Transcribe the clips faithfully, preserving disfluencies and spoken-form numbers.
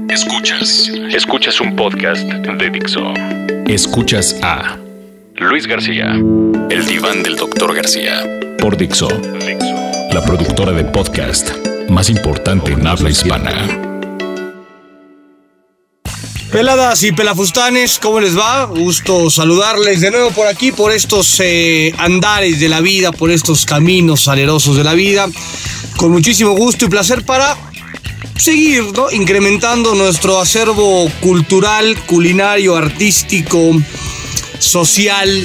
Escuchas. Escuchas un podcast de Dixo. Escuchas a Luis García, el diván del doctor García, por Dixo, la productora de podcast más importante en habla hispana. Peladas y pelafustanes, ¿cómo les va? Gusto saludarles de nuevo por aquí, por estos eh, andares de la vida, por estos caminos salerosos de la vida. Con muchísimo gusto y placer para seguir, ¿no?, incrementando nuestro acervo cultural, culinario, artístico, social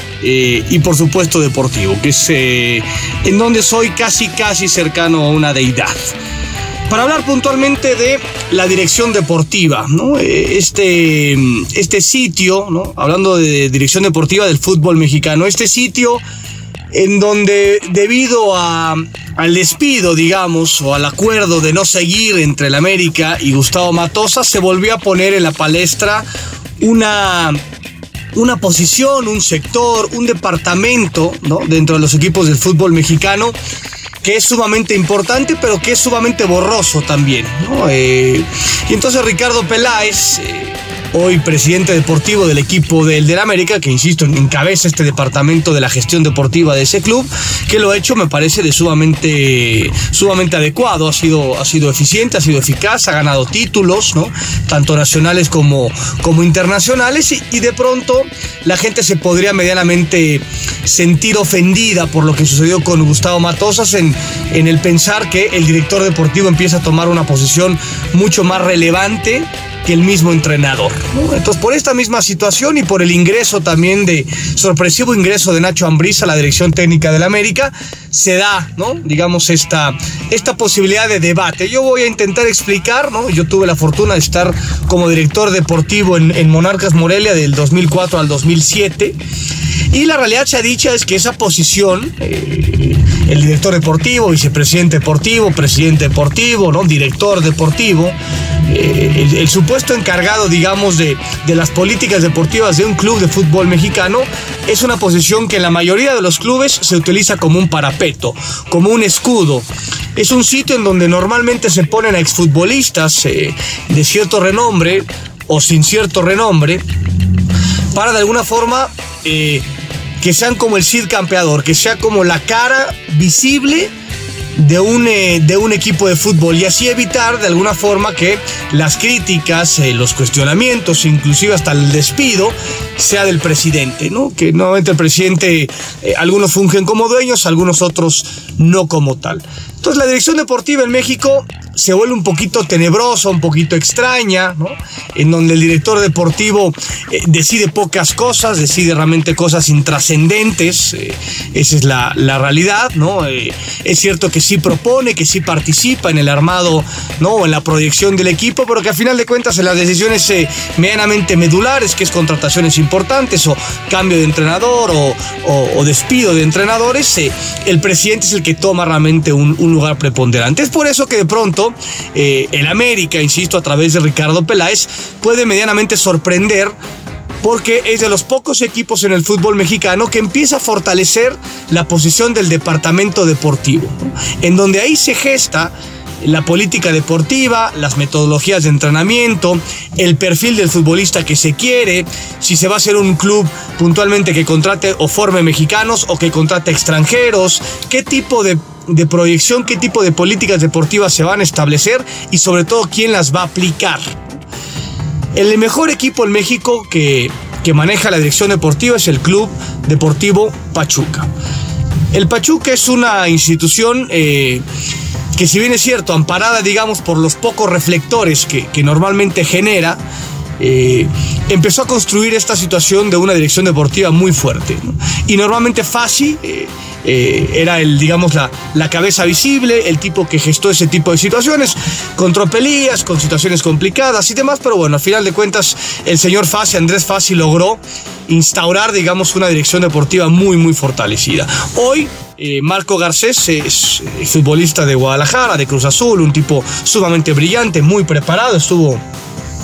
eh, y por supuesto deportivo, que es eh, en donde soy casi casi cercano a una deidad. Para hablar puntualmente de la dirección deportiva, ¿no? Este, este sitio, ¿no?, hablando de dirección deportiva del fútbol mexicano, este sitio en donde debido a, al despido, digamos, o al acuerdo de no seguir entre el América y Gustavo Matosas, se volvió a poner en la palestra una, una posición, un sector, un departamento, ¿no?, dentro de los equipos del fútbol mexicano, que es sumamente importante, pero que es sumamente borroso también, ¿no? Eh, y entonces Ricardo Peláez, eh, hoy presidente deportivo del equipo del, del América, que insisto, encabeza este departamento de la gestión deportiva de ese club, que lo ha hecho me parece de sumamente, sumamente adecuado, ha sido, ha sido eficiente, ha sido eficaz, ha ganado títulos, ¿no?, tanto nacionales como, como internacionales, y, y de pronto la gente se podría medianamente sentir ofendida por lo que sucedió con Gustavo Matosas en, en el pensar que el director deportivo empieza a tomar una posición mucho más relevante que el mismo entrenador, ¿no? Entonces, por esta misma situación y por el ingreso también de, sorpresivo ingreso de Nacho Ambriz a la dirección técnica del América, se da, ¿no?, digamos, esta, esta posibilidad de debate. Yo voy a intentar explicar, ¿no? Yo tuve la fortuna de estar como director deportivo en, en Monarcas Morelia del dos mil cuatro al dos mil siete, y la realidad sea dicha es que esa posición, eh, el director deportivo, vicepresidente deportivo, presidente deportivo, ¿no?, director deportivo, eh, el, el supuesto encargado, digamos, de, de las políticas deportivas de un club de fútbol mexicano, es una posición que en la mayoría de los clubes se utiliza como un parapeto, como un escudo. Es un sitio en donde normalmente se ponen a exfutbolistas eh, de cierto renombre o sin cierto renombre, para de alguna forma eh, que sean como el Cid campeador, que sea como la cara visible de un, eh, de un equipo de fútbol, y así evitar de alguna forma que las críticas, eh, los cuestionamientos, inclusive hasta el despido, sea del presidente, ¿no? Que normalmente el presidente, eh, algunos fungen como dueños, algunos otros no como tal. Entonces la dirección deportiva en México se vuelve un poquito tenebrosa, un poquito extraña, ¿no?, en donde el director deportivo eh, decide pocas cosas, decide realmente cosas intrascendentes, eh, esa es la, la realidad, ¿no? Eh, es cierto que sí propone, que sí participa en el armado, ¿no?, o en la proyección del equipo, pero que a final de cuentas en las decisiones eh, medianamente medulares, que es contrataciones importantes o cambio de entrenador o, o, o despido de entrenadores, eh, el presidente es el que toma realmente un, un lugar preponderante. Es por eso que de pronto eh, el América, insisto, a través de Ricardo Peláez, puede medianamente sorprender, porque es de los pocos equipos en el fútbol mexicano que empieza a fortalecer la posición del departamento deportivo, ¿no?, en donde ahí se gesta la política deportiva, las metodologías de entrenamiento, el perfil del futbolista que se quiere, si se va a hacer un club puntualmente que contrate o forme mexicanos o que contrate extranjeros, qué tipo de, de proyección, qué tipo de políticas deportivas se van a establecer y sobre todo quién las va a aplicar. El mejor equipo en México que, que maneja la dirección deportiva es el Club Deportivo Pachuca. El Pachuca es una institución eh, que, si bien es cierto, amparada, digamos, por los pocos reflectores que, que normalmente genera, eh, empezó a construir esta situación de una dirección deportiva muy fuerte, ¿no? Y normalmente Fassi eh, eh, era el, digamos, la, la cabeza visible, el tipo que gestó ese tipo de situaciones, con tropelías, con situaciones complicadas y demás, pero bueno, al final de cuentas, el señor Fassi, Andrés Fassi, logró instaurar, digamos, una dirección deportiva muy, muy fortalecida. Hoy, Eh, Marco Garcés es futbolista de Guadalajara, de Cruz Azul, un tipo sumamente brillante, muy preparado, estuvo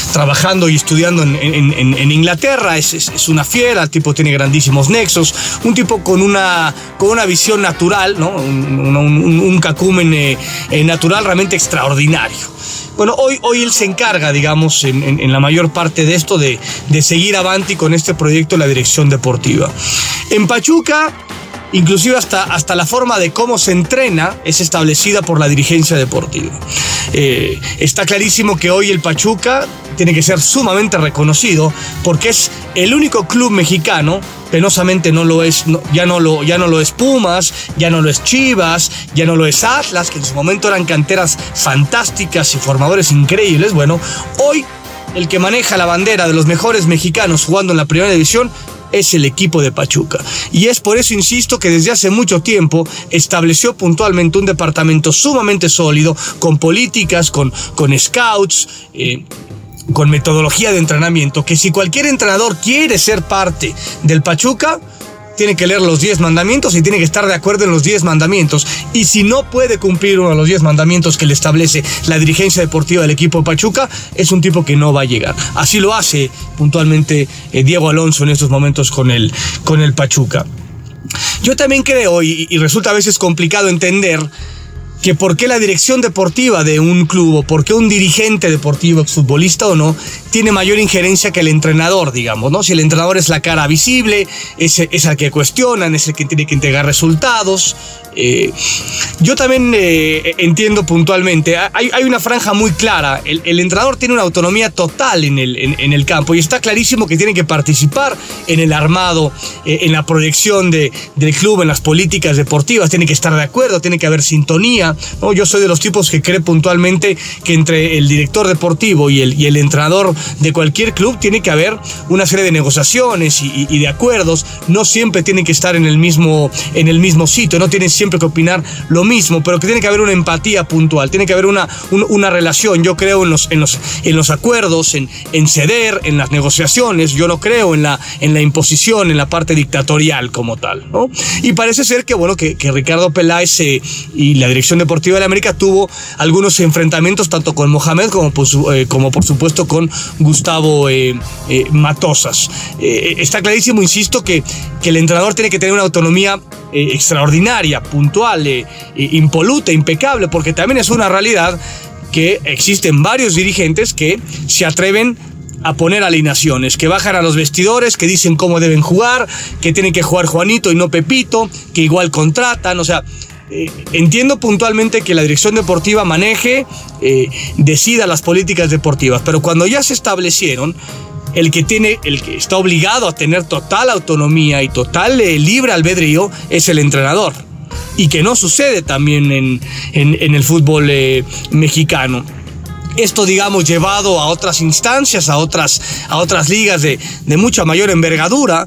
trabajando y estudiando en, en, en, en Inglaterra, es, es, es una fiera, el tipo tiene grandísimos nexos, un tipo con una, con una visión natural, ¿no? un, un, un, un cacumen eh, eh, natural realmente extraordinario. Bueno, hoy, hoy él se encarga, digamos, en, en, en la mayor parte de esto, de, de seguir avanti con este proyecto de la dirección deportiva. En Pachuca, inclusive hasta, hasta la forma de cómo se entrena es establecida por la dirigencia deportiva. Eh, está clarísimo que hoy el Pachuca tiene que ser sumamente reconocido porque es el único club mexicano, penosamente no lo es, no, ya, no lo, ya no lo es Pumas, ya no lo es Chivas, ya no lo es Atlas, que en su momento eran canteras fantásticas y formadores increíbles. Bueno, hoy el que maneja la bandera de los mejores mexicanos jugando en la primera división es el equipo de Pachuca. Y es por eso, insisto, que desde hace mucho tiempo estableció puntualmente un departamento sumamente sólido, con políticas, con, con scouts, eh, con metodología de entrenamiento, que si cualquier entrenador quiere ser parte del Pachuca, tiene que leer los diez mandamientos y tiene que estar de acuerdo en los diez mandamientos. Y si no puede cumplir uno de los diez mandamientos que le establece la dirigencia deportiva del equipo de Pachuca, es un tipo que no va a llegar. Así lo hace puntualmente eh, Diego Alonso en estos momentos con el, con el Pachuca. Yo también creo, y, y resulta a veces complicado entender, que por qué la dirección deportiva de un club o por qué un dirigente deportivo, exfutbolista o no, tiene mayor injerencia que el entrenador, digamos, ¿no? Si el entrenador es la cara visible, es, es el que cuestionan, es el que tiene que entregar resultados. Eh, yo también eh, entiendo puntualmente, hay, hay una franja muy clara, el, el entrenador tiene una autonomía total en el, en, en el campo y está clarísimo que tiene que participar en el armado, eh, en la proyección de, del club, en las políticas deportivas, tiene que estar de acuerdo, tiene que haber sintonía, ¿no? Yo soy de los tipos que cree puntualmente que entre el director deportivo y el, y el entrenador de cualquier club tiene que haber una serie de negociaciones y, y, y de acuerdos, no siempre tienen que estar en el mismo, en el mismo sitio, no tienen siempre que opinar lo mismo, pero que tiene que haber una empatía puntual, tiene que haber una, un, una relación. Yo creo en los, en los, en los acuerdos, en, en ceder, en las negociaciones. Yo no creo en la, en la imposición, en la parte dictatorial como tal, ¿no? Y parece ser que, bueno, que, que Ricardo Peláez eh, y la dirección deportiva de la América tuvo algunos enfrentamientos tanto con Mohamed como por, su, eh, como por supuesto con Gustavo eh, eh, Matosas. Eh, está clarísimo, insisto, que, que el entrenador tiene que tener una autonomía Eh, extraordinaria, puntual, eh, eh, impoluta, impecable, porque también es una realidad que existen varios dirigentes que se atreven a poner alineaciones, que bajan a los vestidores, que dicen cómo deben jugar, que tienen que jugar Juanito y no Pepito, que igual contratan, o sea, eh, entiendo puntualmente que la dirección deportiva maneje, eh, decida las políticas deportivas, pero cuando ya se establecieron, el que tiene, el que está obligado a tener total autonomía y total eh, libre albedrío es el entrenador. Y que no sucede también en, en, en el fútbol eh, mexicano. Esto, digamos, llevado a otras instancias, a otras, a otras ligas de, de mucha mayor envergadura.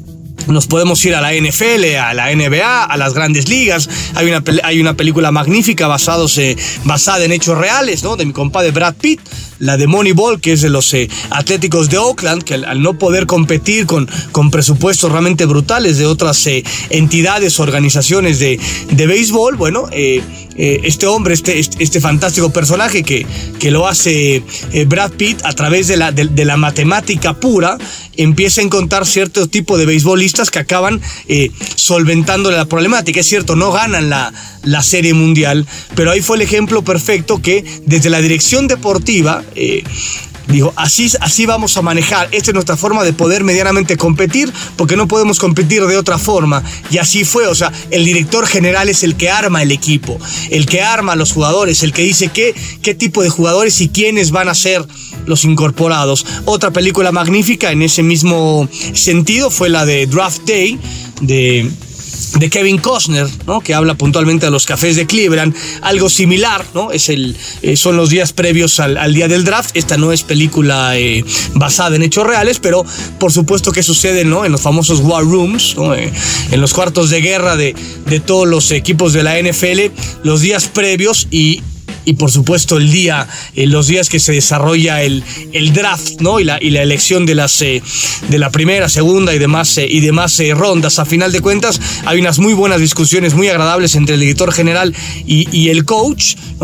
Nos podemos ir a la N F L, a la N B A, a las grandes ligas. Hay una, hay una película magnífica basados, eh, basada en hechos reales, ¿no? De mi compadre Brad Pitt, la de Moneyball, que es de los eh, Atléticos de Oakland, que al, al no poder competir con, con presupuestos realmente brutales de otras eh, entidades, organizaciones de, de béisbol, bueno, eh, eh, este hombre, este, este, este fantástico personaje que, que lo hace eh, Brad Pitt a través de la, de, de la matemática pura, empieza a encontrar cierto tipo de beisbolistas que acaban eh, solventando la problemática. Es cierto, no ganan la, la Serie Mundial, pero ahí fue el ejemplo perfecto que desde la dirección deportiva eh, dijo, así, así vamos a manejar, esta es nuestra forma de poder medianamente competir, porque no podemos competir de otra forma, y así fue. O sea, el director general es el que arma el equipo, el que arma a los jugadores, el que dice qué, qué tipo de jugadores y quiénes van a ser los incorporados. Otra película magnífica en ese mismo sentido fue la de Draft Day, de... de Kevin Costner, ¿no? Que habla puntualmente de los Cafés de Cleveland, algo similar, ¿no? Es el, eh, son los días previos al, al día del draft. Esta no es película eh, basada en hechos reales, pero por supuesto que sucede, ¿no? En los famosos War Rooms, ¿no? Eh, en los cuartos de guerra de, de todos los equipos de la N F L, los días previos y Y por supuesto el día, eh, los días que se desarrolla el, el draft, ¿no? Y la, y la elección de las eh, de la primera, segunda y demás eh, y demás eh, rondas. A final de cuentas, hay unas muy buenas discusiones, muy agradables entre el director general y, y el coach, ¿no?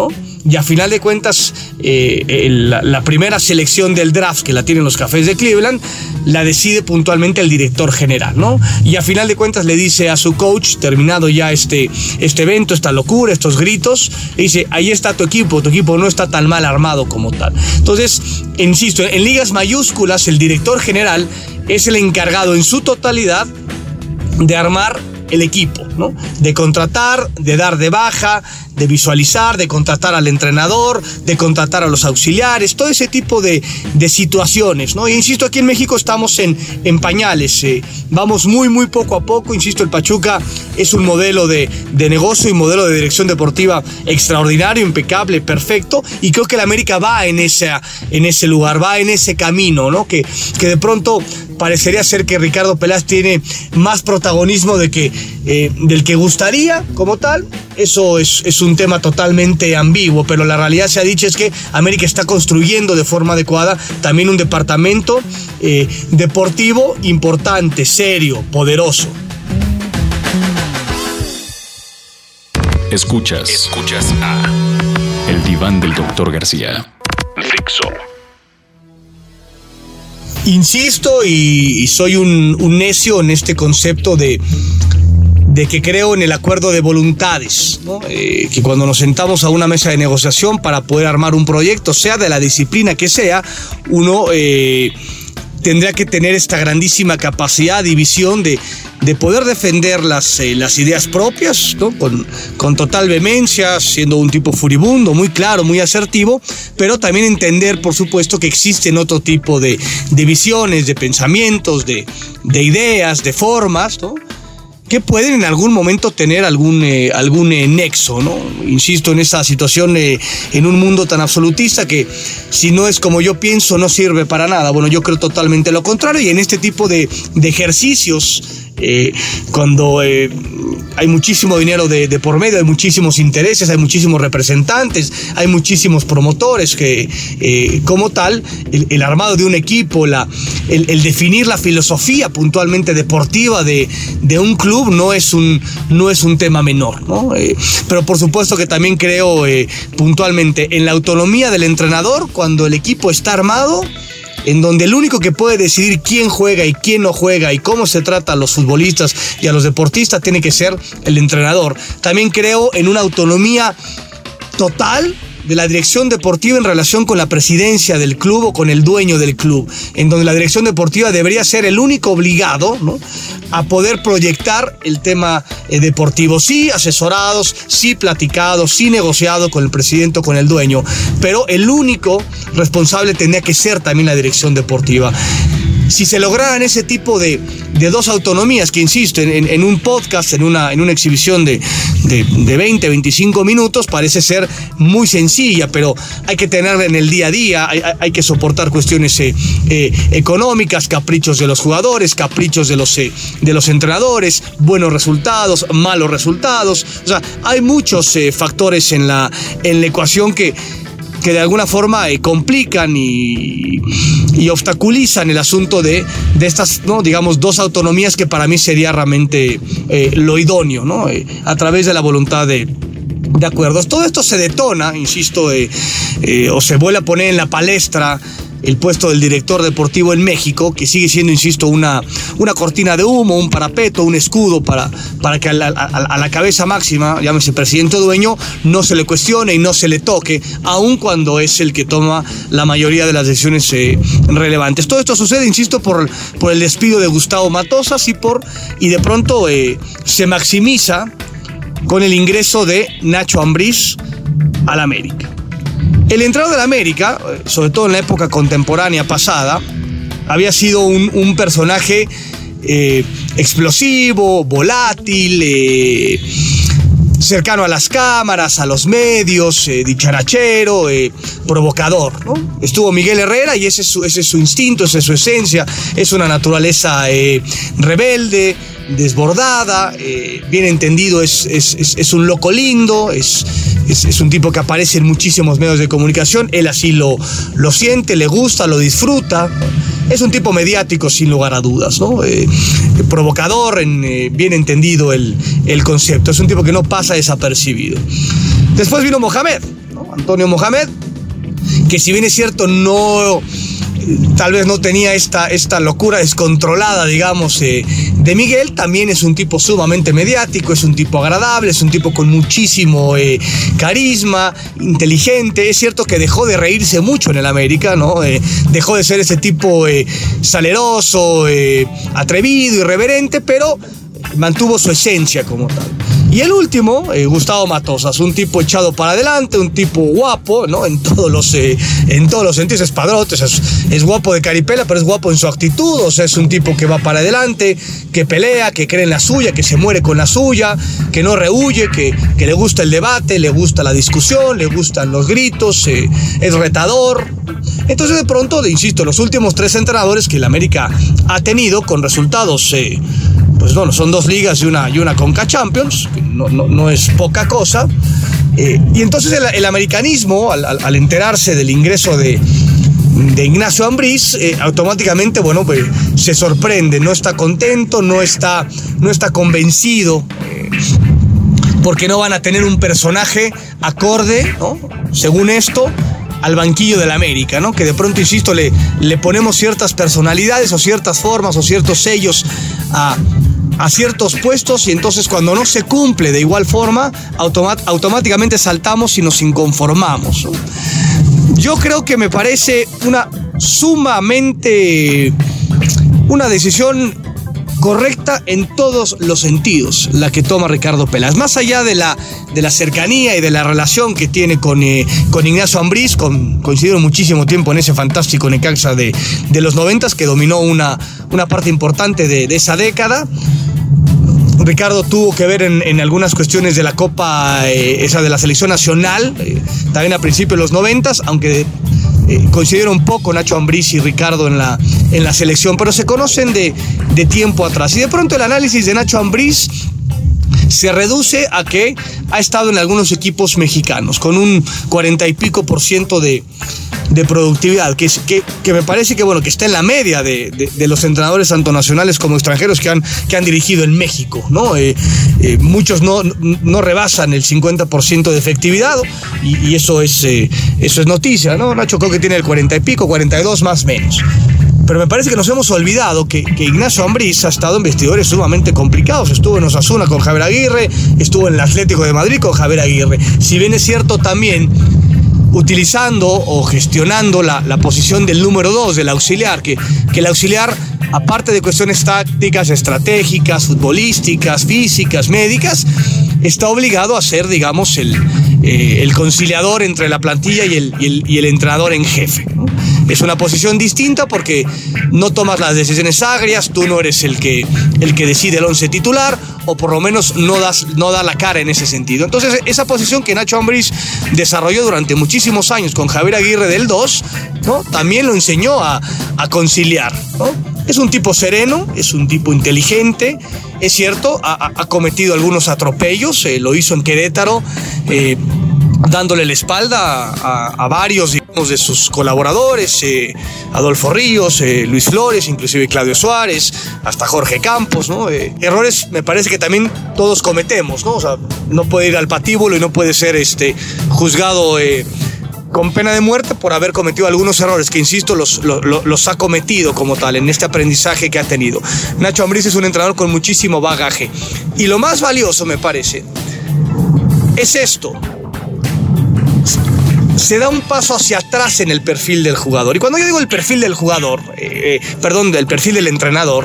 y a final de cuentas eh, el, la, la primera selección del draft, que la tienen los Cafés de Cleveland, la decide puntualmente el director general, ¿no? Y a final de cuentas le dice a su coach, terminado ya este, este evento, esta locura, estos gritos, le dice, ahí está tu equipo, tu equipo no está tan mal armado como tal. Entonces, insisto, en ligas mayúsculas el director general es el encargado en su totalidad de armar el equipo, ¿no? De contratar, de dar de baja, de visualizar, de contratar al entrenador, de contratar a los auxiliares, todo ese tipo de, de situaciones, ¿no? E insisto, aquí en México estamos en, en pañales, eh, vamos muy, muy poco a poco. Insisto, el Pachuca es un modelo de, de negocio y modelo de dirección deportiva extraordinario, impecable, perfecto, y creo que el América va en, esa, en ese lugar, va en ese camino, ¿no? Que, que de pronto parecería ser que Ricardo Peláez tiene más protagonismo de que, eh, del que gustaría como tal. Eso es, es un tema totalmente ambiguo, pero la realidad se ha dicho es que América está construyendo de forma adecuada también un departamento eh, deportivo importante, serio, poderoso. Escuchas, escuchas a El Diván del Doctor García. Dixo. Insisto y, y soy un, un necio en este concepto de, de que creo en el acuerdo de voluntades, ¿no? Eh, que cuando nos sentamos a una mesa de negociación para poder armar un proyecto, sea de la disciplina que sea, uno eh, tendría que tener esta grandísima capacidad y visión de, de poder defender las, eh, las ideas propias, ¿no? Con, con total vehemencia, siendo un tipo furibundo, muy claro, muy asertivo, pero también entender, por supuesto, que existen otro tipo de, de visiones, de pensamientos, de, de ideas, de formas, ¿no? Que pueden en algún momento tener algún, eh, algún eh, nexo, ¿no? Insisto en esa situación, eh, en un mundo tan absolutista que si no es como yo pienso no sirve para nada. Bueno, yo creo totalmente lo contrario, y en este tipo de, de ejercicios, eh, cuando eh, hay muchísimo dinero de, de por medio, hay muchísimos intereses, hay muchísimos representantes, hay muchísimos promotores que, eh, como tal, el, el armado de un equipo, la, el, el definir la filosofía puntualmente deportiva de, de un club no es un, no es un tema menor, ¿no? Eh, pero por supuesto que también creo eh, puntualmente en la autonomía del entrenador cuando el equipo está armado, en donde el único que puede decidir quién juega y quién no juega y cómo se trata a los futbolistas y a los deportistas tiene que ser el entrenador. También creo en una autonomía total de la dirección deportiva en relación con la presidencia del club o con el dueño del club, en donde la dirección deportiva debería ser el único obligado, ¿no?, a poder proyectar el tema eh, deportivo. Sí asesorados, sí platicados, sí negociado con el presidente o con el dueño, pero el único responsable tendría que ser también la dirección deportiva. Si se lograran ese tipo de, de dos autonomías, que insisto, en, en un podcast, en una, en una exhibición de, de, de veinte, veinticinco minutos, parece ser muy sencilla, pero hay que tenerla en el día a día, hay, hay que soportar cuestiones eh, eh, económicas, caprichos de los jugadores, caprichos de los, eh, de los entrenadores, buenos resultados, malos resultados. O sea, hay muchos eh, factores en la, en la ecuación que que de alguna forma eh, complican y, y obstaculizan el asunto de, de estas, ¿no?, digamos, dos autonomías que para mí sería realmente eh, lo idóneo, ¿no? Eh, a través de la voluntad de, de acuerdos. Todo esto se detona, insisto, eh, eh, o se vuelve a poner en la palestra el puesto del director deportivo en México, que sigue siendo, insisto, una, una cortina de humo, un parapeto, un escudo para, para que a la, a, a la cabeza máxima, llámese presidente o dueño, no se le cuestione y no se le toque, aun cuando es el que toma la mayoría de las decisiones eh, relevantes. Todo esto sucede, insisto, por, por el despido de Gustavo Matosas y, por, y de pronto eh, se maximiza con el ingreso de Nacho Ambriz al América. El entrenador del América, sobre todo en la época contemporánea pasada, había sido un, un personaje eh, explosivo, volátil, eh, cercano a las cámaras, a los medios, eh, dicharachero, eh, provocador, ¿no? Estuvo Miguel Herrera y ese es su, ese es su instinto, esa es su esencia, es una naturaleza eh, rebelde, desbordada, eh, bien entendido, es, es, es, es un loco lindo, es, es, es un tipo que aparece en muchísimos medios de comunicación, él así lo, lo siente, le gusta, lo disfruta, es un tipo mediático sin lugar a dudas, ¿no? Eh, provocador, en, eh, bien entendido el, el concepto, es un tipo que no pasa desapercibido. Después vino Mohamed, ¿no? Antonio Mohamed, que si bien es cierto no... tal vez no tenía esta, esta locura descontrolada, digamos, eh, de Miguel, también es un tipo sumamente mediático, es un tipo agradable, es un tipo con muchísimo eh, carisma, inteligente. Es cierto que dejó de reírse mucho en el América, ¿no? Eh, dejó de ser ese tipo eh, saleroso, eh, atrevido, irreverente, pero mantuvo su esencia como tal. Y el último, eh, Gustavo Matosas, un tipo echado para adelante, un tipo guapo, ¿no? En todos los, eh, en todos los sentidos, es padrote, es, es guapo de caripela, pero es guapo en su actitud, o sea, es un tipo que va para adelante, que pelea, que cree en la suya, que se muere con la suya, que no rehuye, que, que le gusta el debate, le gusta la discusión, le gustan los gritos, eh, es retador. Entonces, de pronto, insisto, los últimos tres entrenadores que el América ha tenido con resultados... Eh, pues bueno, son dos ligas y una, y una Conca Champions, que no, no, no es poca cosa. Eh, y entonces el, el americanismo, al, al, al enterarse del ingreso de, de Ignacio Ambriz, eh, automáticamente, bueno, pues se sorprende, no está contento, no está, no está convencido, eh, porque no van a tener un personaje acorde, ¿no? Según esto, al banquillo del América, ¿no? Que de pronto, insisto, le, le ponemos ciertas personalidades o ciertas formas o ciertos sellos a... a ciertos puestos, y entonces cuando no se cumple de igual forma, automat- automáticamente saltamos y nos inconformamos, ¿no? Yo creo que me parece una sumamente una decisión correcta en todos los sentidos la que toma Ricardo Peláez, más allá de la, de la cercanía y de la relación que tiene con, eh, con Ignacio Ambriz, con, coincidieron muchísimo tiempo en ese fantástico Necaxa de, de los noventas, que dominó una, una parte importante de, de esa década. Ricardo tuvo que ver en, en algunas cuestiones de la Copa, eh, esa de la selección nacional, eh, también a principios de los noventas, aunque eh, coincidieron poco Nacho Ambriz y Ricardo en la, en la selección, pero se conocen de, de tiempo atrás. Y de pronto el análisis de Nacho Ambriz se reduce a que ha estado en algunos equipos mexicanos, con un cuarenta y pico por ciento de, de productividad, que, que, que me parece que, bueno, que está en la media de, de, de los entrenadores tanto nacionales como extranjeros que han, que han dirigido en México, ¿no? Eh, eh, muchos no, no rebasan el cincuenta por ciento de efectividad, y, y eso, es, eh, eso es noticia, ¿no? Nacho creo que tiene el cuarenta y pico, cuarenta y dos más menos. Pero me parece que nos hemos olvidado que, que Ignacio Ambriz ha estado en vestidores sumamente complicados. Estuvo en Osasuna con Javier Aguirre, estuvo en el Atlético de Madrid con Javier Aguirre. Si bien es cierto, también utilizando o gestionando la, la posición del número dos, del auxiliar, que, que el auxiliar, aparte de cuestiones tácticas, estratégicas, futbolísticas, físicas, médicas, está obligado a ser, digamos, el, eh, el conciliador entre la plantilla y el, y el, y el entrenador en jefe, ¿no? Es una posición distinta porque no tomas las decisiones agrias, tú no eres el que, el que decide el once titular, o por lo menos no das, no da la cara en ese sentido. Entonces, esa posición que Nacho Ambriz desarrolló durante muchísimos años con Javier Aguirre del dos, ¿no? También lo enseñó a, a conciliar, ¿no? Es un tipo sereno, es un tipo inteligente, es cierto, ha, ha cometido algunos atropellos, eh, lo hizo en Querétaro, eh, dándole la espalda a, a varios, digamos, de sus colaboradores, eh, Adolfo Ríos, eh, Luis Flores, inclusive Claudio Suárez, hasta Jorge Campos, ¿no? Eh, errores me parece que también todos cometemos, ¿no? O sea, no puede ir al patíbulo y no puede ser este, juzgado eh, con pena de muerte por haber cometido algunos errores que, insisto, los, los, los ha cometido como tal en este aprendizaje que ha tenido. Nacho Ambriz es un entrenador con muchísimo bagaje. Y lo más valioso, me parece, es esto. Se da un paso hacia atrás en el perfil del jugador. Y cuando yo digo el perfil del jugador, eh, perdón, del perfil del entrenador,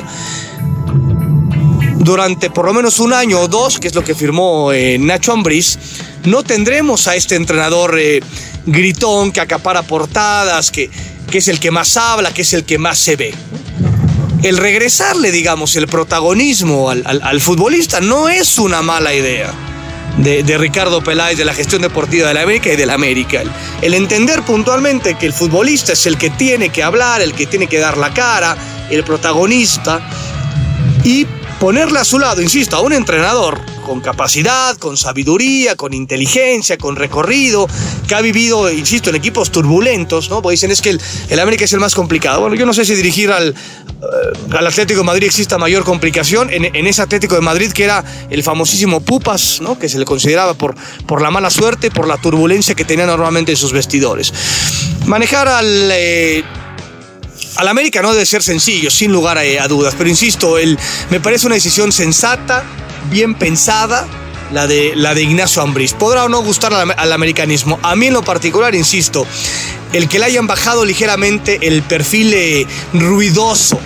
durante por lo menos un año o dos, que es lo que firmó eh, Nacho Ambriz, no tendremos a este entrenador eh, gritón que acapara portadas, que, que es el que más habla, que es el que más se ve. El regresarle, digamos, el protagonismo al, al, al futbolista no es una mala idea. De, de Ricardo Peláez, de la gestión deportiva de la América y del América. El, el entender puntualmente que el futbolista es el que tiene que hablar, el que tiene que dar la cara, el protagonista, y ponerle a su lado, insisto, a un entrenador con capacidad, con sabiduría, con inteligencia, con recorrido, que ha vivido, insisto, en equipos turbulentos, ¿no? Porque dicen es que el, el América es el más complicado. Bueno, yo no sé si dirigir al, uh, al Atlético de Madrid exista mayor complicación en, en ese Atlético de Madrid que era el famosísimo Pupas, ¿no? Que se le consideraba por, por la mala suerte, por la turbulencia que tenía normalmente en sus vestidores. Manejar al... Eh, Al América no debe ser sencillo, sin lugar a, a dudas, pero insisto, el, me parece una decisión sensata, bien pensada, la de, la de Ignacio Ambriz. Podrá o no gustar al, al americanismo. A mí en lo particular, insisto, el que le hayan bajado ligeramente el perfil eh, ruidoso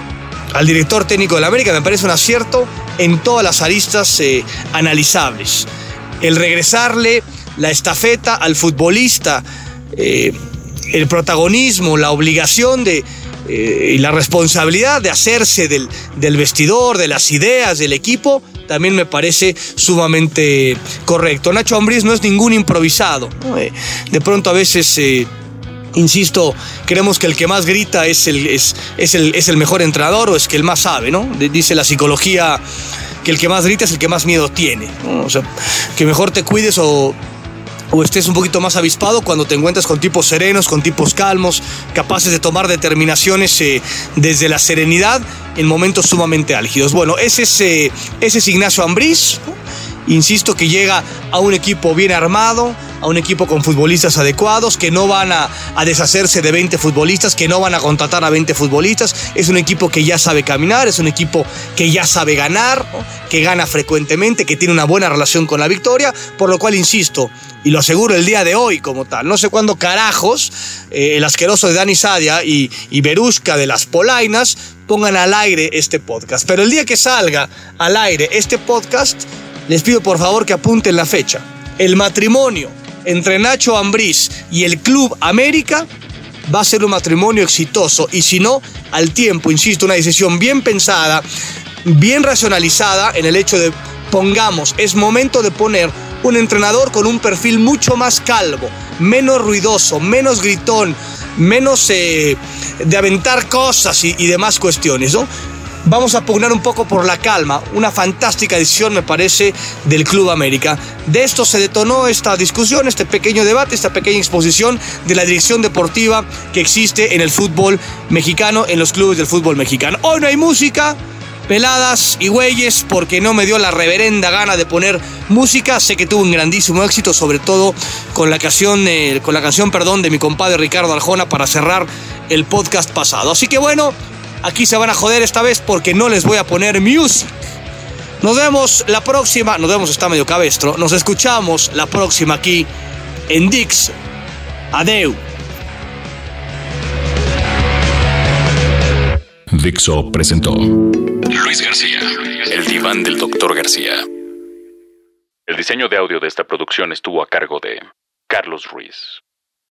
al director técnico del América me parece un acierto en todas las aristas eh, analizables. El regresarle la estafeta al futbolista, eh, el protagonismo, la obligación de, eh, y la responsabilidad de hacerse del, del vestidor, de las ideas del equipo, también me parece sumamente correcto. Nacho Ambriz no es ningún improvisado, ¿no? Eh, de pronto a veces, eh, insisto, creemos que el que más grita es el, es, es, el, es el mejor entrenador o es que el más sabe, ¿no? Dice la psicología que el que más grita es el que más miedo tiene, ¿no? O sea, que mejor te cuides o... o estés un poquito más avispado cuando te encuentras con tipos serenos, con tipos calmos, capaces de tomar determinaciones eh, desde la serenidad en momentos sumamente álgidos. Bueno, ese es, eh, ese es Ignacio Ambriz, ¿no? Insisto que llega a un equipo bien armado, a un equipo con futbolistas adecuados, que no van a, a deshacerse de veinte futbolistas, que no van a contratar a veinte futbolistas. Es un equipo que ya sabe caminar, es un equipo que ya sabe ganar, ¿no? Que gana frecuentemente, que tiene una buena relación con la victoria, por lo cual insisto, y lo aseguro el día de hoy como tal, no sé cuándo carajos eh, el asqueroso de Dani Sadia y, y Berushka de las Polainas pongan al aire este podcast, pero el día que salga al aire este podcast, les pido por favor que apunten la fecha. El matrimonio entre Nacho Ambriz y el Club América va a ser un matrimonio exitoso, y si no, al tiempo, insisto, una decisión bien pensada, bien racionalizada en el hecho de, pongamos, es momento de poner un entrenador con un perfil mucho más calvo, menos ruidoso, menos gritón, menos eh, de aventar cosas y, y demás cuestiones, ¿no? Vamos a pugnar un poco por la calma. Una fantástica decisión, me parece, del Club América. De esto se detonó esta discusión, este pequeño debate, esta pequeña exposición de la dirección deportiva que existe en el fútbol mexicano, en los clubes del fútbol mexicano. Hoy no hay música, peladas y güeyes, porque no me dio la reverenda gana de poner música. Sé que tuvo un grandísimo éxito, sobre todo con la canción, eh, con la canción, perdón, de mi compadre Ricardo Arjona para cerrar el podcast pasado. Así que bueno, aquí se van a joder esta vez porque no les voy a poner music. Nos vemos la próxima. Nos vemos, está medio cabestro. Nos escuchamos la próxima aquí en Dix. Adeu. Dixo presentó Luis García, el diván del doctor García. El diseño de audio de esta producción estuvo a cargo de Carlos Ruiz.